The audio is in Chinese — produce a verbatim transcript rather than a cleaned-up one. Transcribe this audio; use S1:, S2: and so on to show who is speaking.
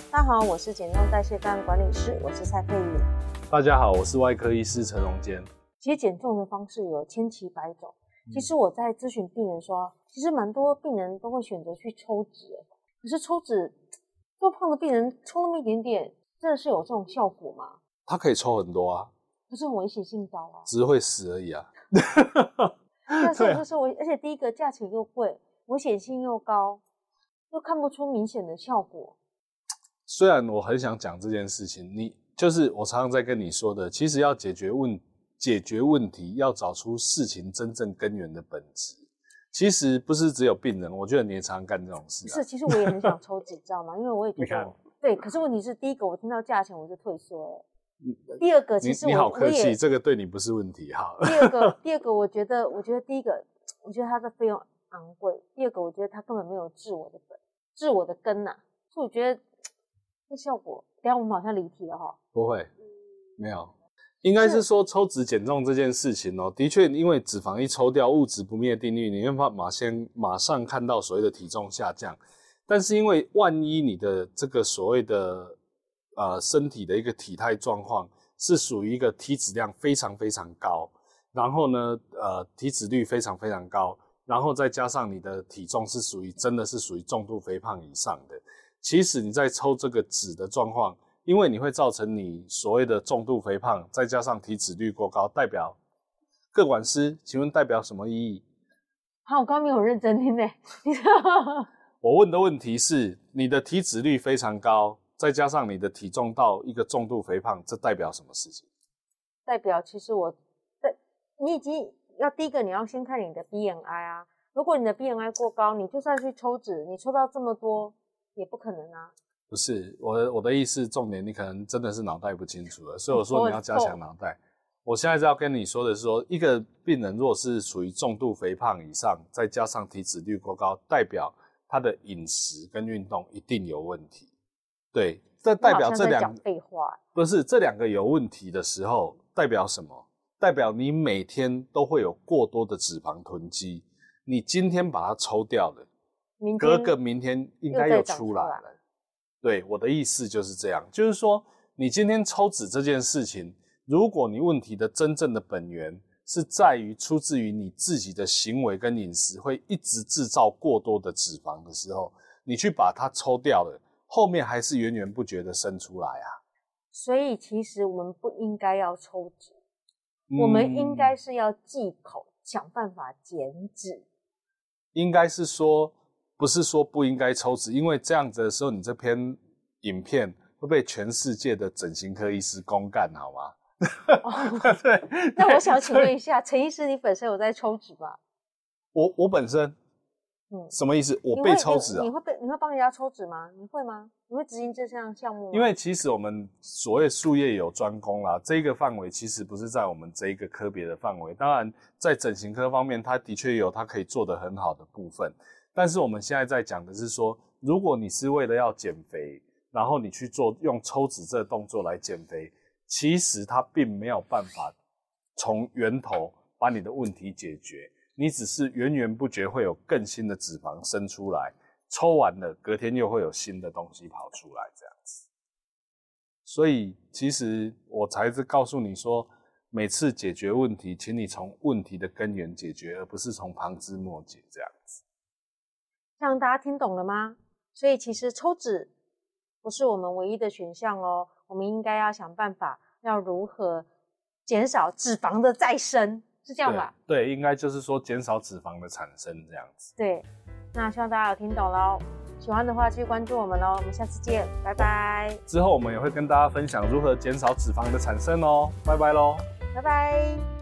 S1: 大家好，我是减重代谢个案管理师，我是蔡佩仪。
S2: 大家好，我是外科医师陈荣坚。
S1: 其实减重的方式有千奇百种。其实我在咨询病人说，其实蛮多病人都会选择去抽脂，可是抽脂多胖的病人抽那么一点点，真的是有这种效果吗？
S2: 他可以抽很多啊，
S1: 可是很危险性高啊，
S2: 只是会死而已啊。
S1: 但是我就说我，而且第一个价钱又贵，危险性又高，又看不出明显的效果。
S2: 虽然我很想讲这件事情，你就是我常常在跟你说的，其实要解决问解决问题，要找出事情真正根源的本质。其实不是只有病人，我觉得你也常常干这种事、啊。
S1: 是，其实我也很想抽脂，知道吗？因为我也觉得对，可是问题是，第一个我听到价钱我就退缩了。第二个，其实 我
S2: 你, 你好客气，这个对你不是问题哈。
S1: 第二个，第二个，我觉得，我觉得第一个，我觉得它的费用昂贵；第二个，我觉得它根本没有治我的本，治我的根呐、啊。所以我觉得这效果，等一下我们好像离题了哈。
S2: 不会，没有，应该是说抽脂减重这件事情哦，的确，因为脂肪一抽掉，物质不灭定律，你会马先马上看到所谓的体重下降。但是因为万一你的这个所谓的呃，身体的一个体态状况是属于一个体脂量非常非常高，然后呢，呃，体脂率非常非常高，然后再加上你的体重是属于真的是属于重度肥胖以上的，其实你在抽这个脂的状况，因为你会造成你所谓的重度肥胖，再加上体脂率过高，代表个管师，请问代表什么意义？
S1: 好，我刚刚没有认真听诶。
S2: 我问的问题是，你的体脂率非常高。再加上你的体重到一个重度肥胖，这代表什么事情？
S1: 代表其实我，你已经要第一个你要先看你的 B M I 啊。如果你的 B M I 过高，你就算去抽脂，你抽到这么多也不可能啊。
S2: 不是，我的我的意思，重点你可能真的是脑袋不清楚了，所以我说你要加强脑袋。我现在是要跟你说的是说，一个病人若是属于重度肥胖以上，再加上体脂率过高，代表他的饮食跟运动一定有问题。对，这代表这两
S1: 废话
S2: 不是这两个有问题的时候，代表什么？代表你每天都会有过多的脂肪囤积，你今天把它抽掉了，隔个明天应该又出来了。对，我的意思就是这样，就是说你今天抽脂这件事情，如果你问题的真正的本源是在于出自于你自己的行为跟饮食会一直制造过多的脂肪的时候，你去把它抽掉了，后面还是源源不绝的生出来啊。
S1: 所以其实我们不应该要抽脂、嗯、我们应该是要忌口，想办法减脂。
S2: 应该是说不是说不应该抽脂，因为这样子的时候你这篇影片会被全世界的整形科医师公干好吗？
S1: 哦、对。那我想请问一下陈医师，你本身有在抽脂吗？
S2: 我我本身嗯，什么意思？我被抽脂啊？
S1: 你会被你会帮人家抽脂吗？你会吗？你会执行这项项目吗？
S2: 因为其实我们所谓术业有专攻啦，这个范围其实不是在我们这一个科别的范围。当然，在整形科方面，它的确有它可以做得很好的部分。但是我们现在在讲的是说，如果你是为了要减肥，然后你去做用抽脂这个动作来减肥，其实它并没有办法从源头把你的问题解决。你只是源源不绝会有更新的脂肪生出来，抽完了隔天又会有新的东西跑出来这样子。所以其实我才是告诉你说，每次解决问题请你从问题的根源解决，而不是从旁枝末节这样子。
S1: 这样大家听懂了吗？所以其实抽脂不是我们唯一的选项哦，我们应该要想办法要如何减少脂肪的再生，是这样吧？
S2: 对, 对，应该就是说减少脂肪的产生这样子。
S1: 对，那希望大家有听懂咯，喜欢的话继续关注我们咯，我们下次见，拜拜。
S2: 之后我们也会跟大家分享如何减少脂肪的产生哦，拜拜咯，
S1: 拜拜。